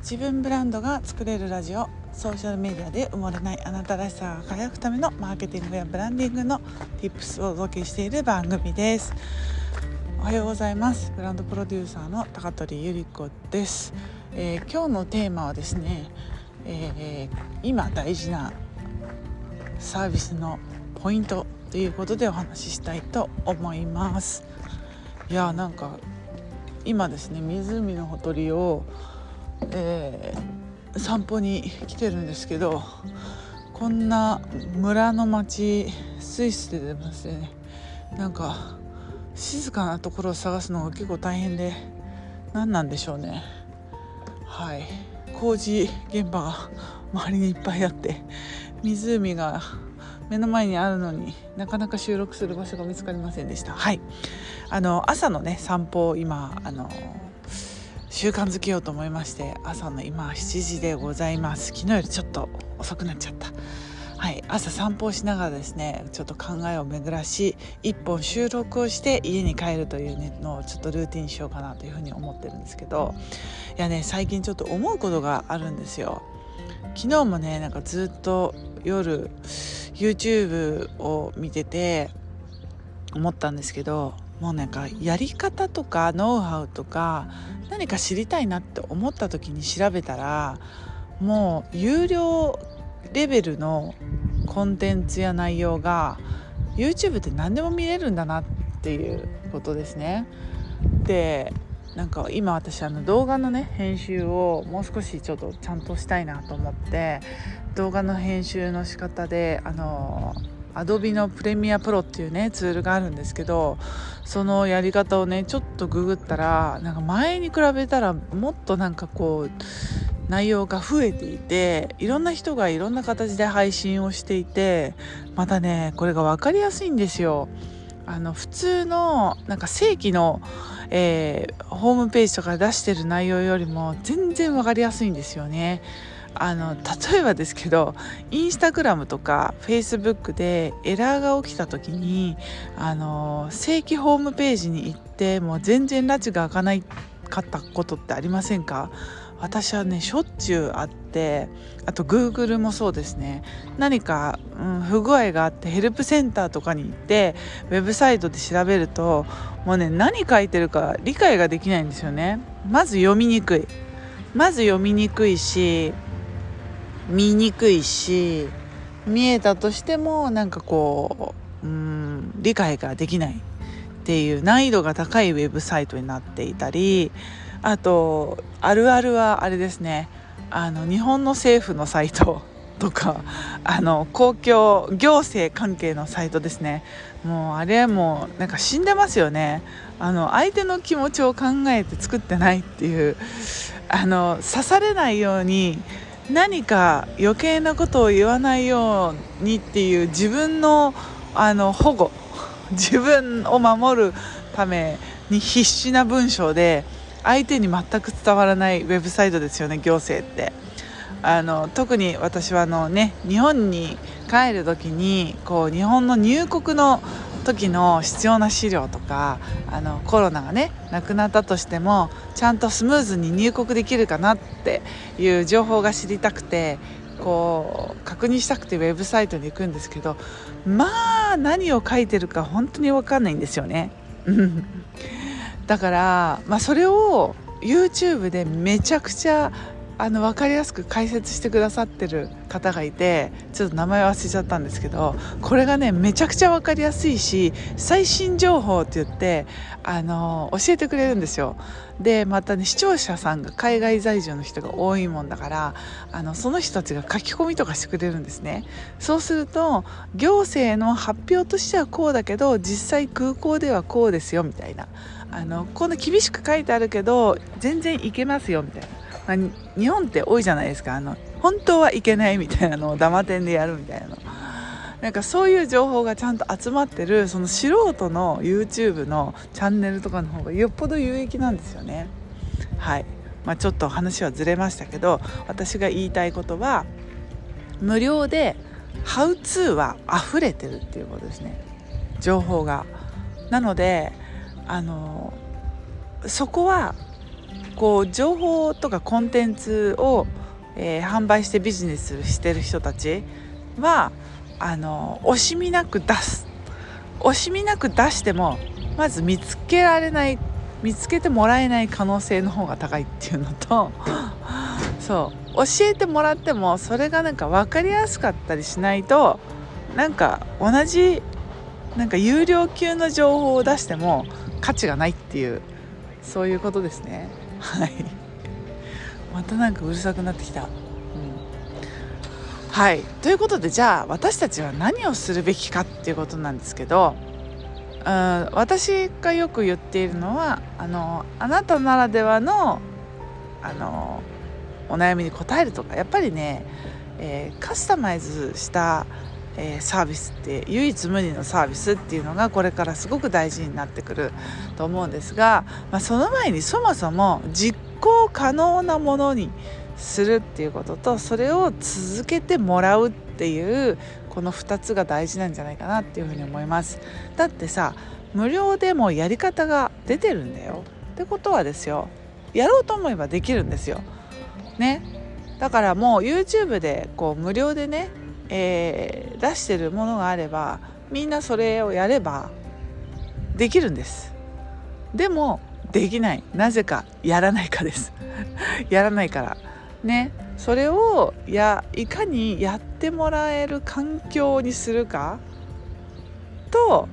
自分ブランドが作れるラジオ。ソーシャルメディアで埋もれないあなたらしさが輝くためのマーケティングやブランディングの Tips をお届けしている番組です。おはようございます。ブランドプロデューサーの高取ゆり子です。今日のテーマはですね、今大事なサービスのポイントということでお話ししたいと思います。いや、なんか今ですね、湖のほとりを散歩に来てるんですけど、こんな村の町スイスで出ますね。なんか静かなところを探すのが結構大変で、何なんでしょうね。はい、工事現場が周りにいっぱいあって、湖が目の前にあるのになかなか収録する場所が見つかりませんでした。はい、朝のね散歩を今習慣づけようと思いまして、朝の今7時でございます。昨日よりちょっと遅くなっちゃった。はい、朝散歩をしながらですね、ちょっと考えを巡らし一本収録をして家に帰るというのをちょっとルーティンにしようかなというふうに思ってるんですけど、いやね、最近ちょっと思うことがあるんですよ。昨日もね、なんかずっと夜 YouTube を見てて思ったんですけど、もうなんかやり方とかノウハウとか何か知りたいなって思った時に調べたら、もう有料レベルのコンテンツや内容が YouTube って何でも見れるんだなっていうことですね。で、なんか今私動画のね編集をもう少しちょっとちゃんとしたいなと思って、動画の編集の仕方でAdobe のプレミアプロっていうねツールがあるんですけど、そのやり方をねちょっとググったら、なんか前に比べたらもっとなんかこう内容が増えていて、いろんな人がいろんな形で配信をしていて、またねこれが分かりやすいんですよ。普通のなんか正規の、ホームページとか出してる内容よりも全然分かりやすいんですよね。例えばですけど、インスタグラムとかフェイスブックでエラーが起きた時に正規ホームページに行ってもう全然拉致が開かないかったことってありませんか？私はねしょっちゅうあって、あと Google もそうですね。何か、不具合があってヘルプセンターとかに行ってウェブサイトで調べると、もうね何書いてるか理解ができないんですよね。まず読みにくいし、見にくいし、見えたとしてもなんかこう理解ができないっていう難易度が高いウェブサイトになっていたり、あとあるあるはあれですね、日本の政府のサイトとか公共行政関係のサイトですね。もうあれもなんか死んでますよね。相手の気持ちを考えて作ってないっていう、刺されないように何か余計なことを言わないようにっていう自分の保護自分を守るために必死な文章で相手に全く伝わらないウェブサイトですよね、行政って。特に私は日本に帰る時に日本の入国の時の必要な資料とか、コロナがねなくなったとしてもちゃんとスムーズに入国できるかなっていう情報が知りたくて、確認したくてウェブサイトに行くんですけど、まあ何を書いてるか本当に分かんないんですよね。だから、それを YouTube でめちゃくちゃ分かりやすく解説してくださってる方がいて、ちょっと名前忘れちゃったんですけど、これがねめちゃくちゃ分かりやすいし、最新情報って言って教えてくれるんですよ。でまたね、視聴者さんが海外在住の人が多いもんだから、その人たちが書き込みとかしてくれるんですね。そうすると行政の発表としてはこうだけど実際空港ではこうですよみたいな、こんな厳しく書いてあるけど全然いけますよみたいな。日本って多いじゃないですか。本当はいけないみたいなのをダマ点でやるみたいなの。なんかそういう情報がちゃんと集まってる、その素人の YouTube のチャンネルとかの方がよっぽど有益なんですよね。はい、ちょっと話はずれましたけど、私が言いたいことは、無料でハウツーは溢れてるっていうことですね、情報が。なのでそこはこう情報とかコンテンツを、販売してビジネスしてる人たちは惜しみなく出してもまず見つけてもらえない可能性の方が高いっていうのとそう教えてもらってもそれがなんか分かりやすかったりしないとなんか同じなんか有料級の情報を出しても価値がないっていうそういうことですね。はいまたなんかうるさくなってきた、はいということでじゃあ私たちは何をするべきかっていうことなんですけど、私がよく言っているのはあなたならではのお悩みに答えるとかやっぱりね、カスタマイズしたサービスって唯一無二のサービスっていうのがこれからすごく大事になってくると思うんですが、その前にそもそも実行可能なものにするっていうこととそれを続けてもらうっていうこの2つが大事なんじゃないかなっていうふうに思います。だってさ無料でもやり方が出てるんだよってことはですよやろうと思えばできるんですよね。だからもう YouTube でこう無料でね出してるものがあればみんなそれをやればできるんです。でもできない、なぜかやらないかですやらないからね。それをいかにやってもらえる環境にするかと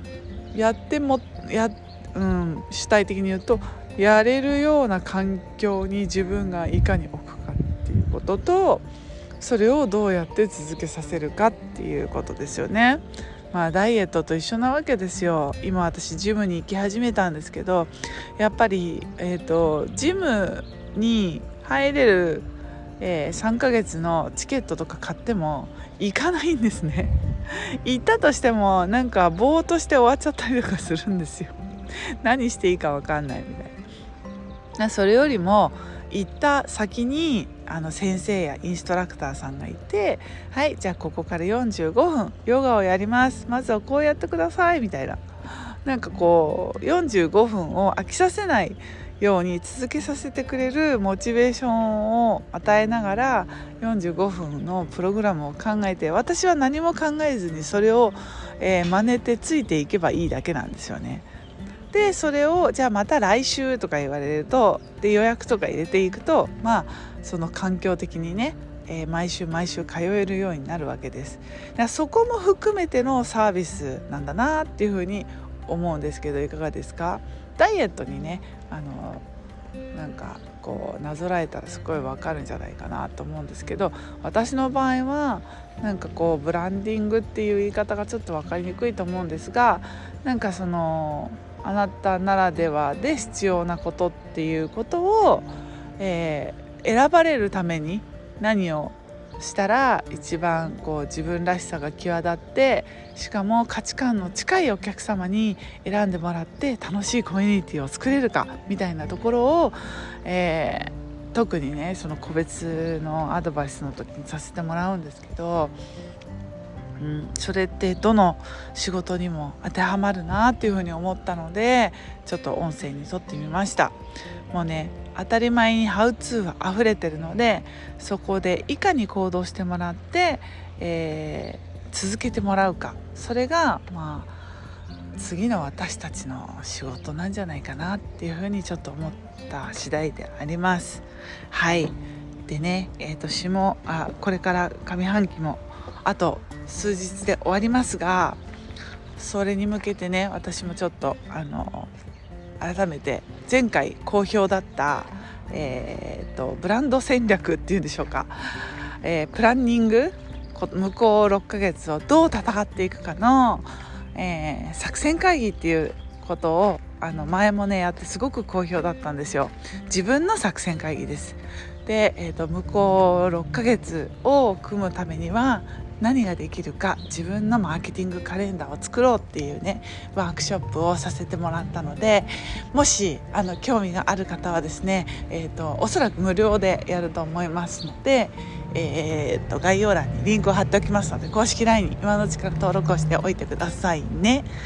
主体的に言うとやれるような環境に自分がいかに置くかっていうこととそれをどうやって続けさせるかっていうことですよね。ダイエットと一緒なわけですよ。今私ジムに行き始めたんですけどやっぱり、ジムに入れる、3ヶ月のチケットとか買っても行かないんですね行ったとしてもなんかぼーっとして終わっちゃったりとかするんですよ何していいか分かんないみたいな。それよりも行った先に先生やインストラクターさんがいてはいじゃあここから45分ヨガをやります、まずはこうやってくださいみたいな、なんかこう45分を飽きさせないように続けさせてくれるモチベーションを与えながら45分のプログラムを考えて私は何も考えずにそれを、真似てついていけばいいだけなんですよね。でそれをじゃあまた来週とか言われるとで予約とか入れていくとその環境的にね、毎週通えるようになるわけです。だからそこも含めてのサービスなんだなっていうふうに思うんですけどいかがですか？ダイエットにねなんかこうなぞらえたらすごいわかるんじゃないかなと思うんですけど私の場合はなんかこうブランディングっていう言い方がちょっと分かりにくいと思うんですがなんかそのあなたならではで必要なことっていうことを、選ばれるために何をしたら一番こう自分らしさが際立ってしかも価値観の近いお客様に選んでもらって楽しいコミュニティを作れるかみたいなところを、特にねその個別のアドバイスの時にさせてもらうんですけど、それってどの仕事にも当てはまるなっていうふうに思ったのでちょっと音声に撮ってみました。もうね当たり前にハウツーは溢れてるのでそこでいかに行動してもらって、続けてもらうかそれが次の私たちの仕事なんじゃないかなっていうふうにちょっと思った次第であります。はいでね、これから上半期もあと数日で終わりますがそれに向けてね私もちょっと改めて前回好評だった、ブランド戦略っていうんでしょうか、プランニング向こう6ヶ月をどう戦っていくかの、作戦会議っていうことを前もねやってすごく好評だったんですよ。自分の作戦会議です。で、向こう6ヶ月を組むためには何ができるか自分のマーケティングカレンダーを作ろうっていうねワークショップをさせてもらったのでもし興味がある方はですね、おそらく無料でやると思いますので、概要欄にリンクを貼っておきますので公式 LINE に今のうちから登録をしておいてくださいね。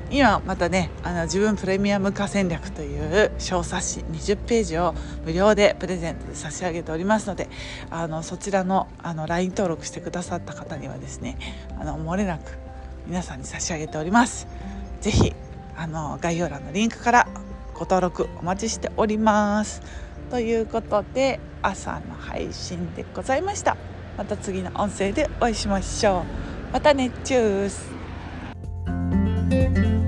今またね自分プレミアム化戦略という小冊子20ページを無料でプレゼントで差し上げておりますので、そちらのLINE 登録してくださった方にはですね漏れなく皆さんに差し上げております。ぜひ概要欄のリンクからご登録お待ちしております。ということで朝の配信でございました。また次の音声でお会いしましょう。またね、チュース。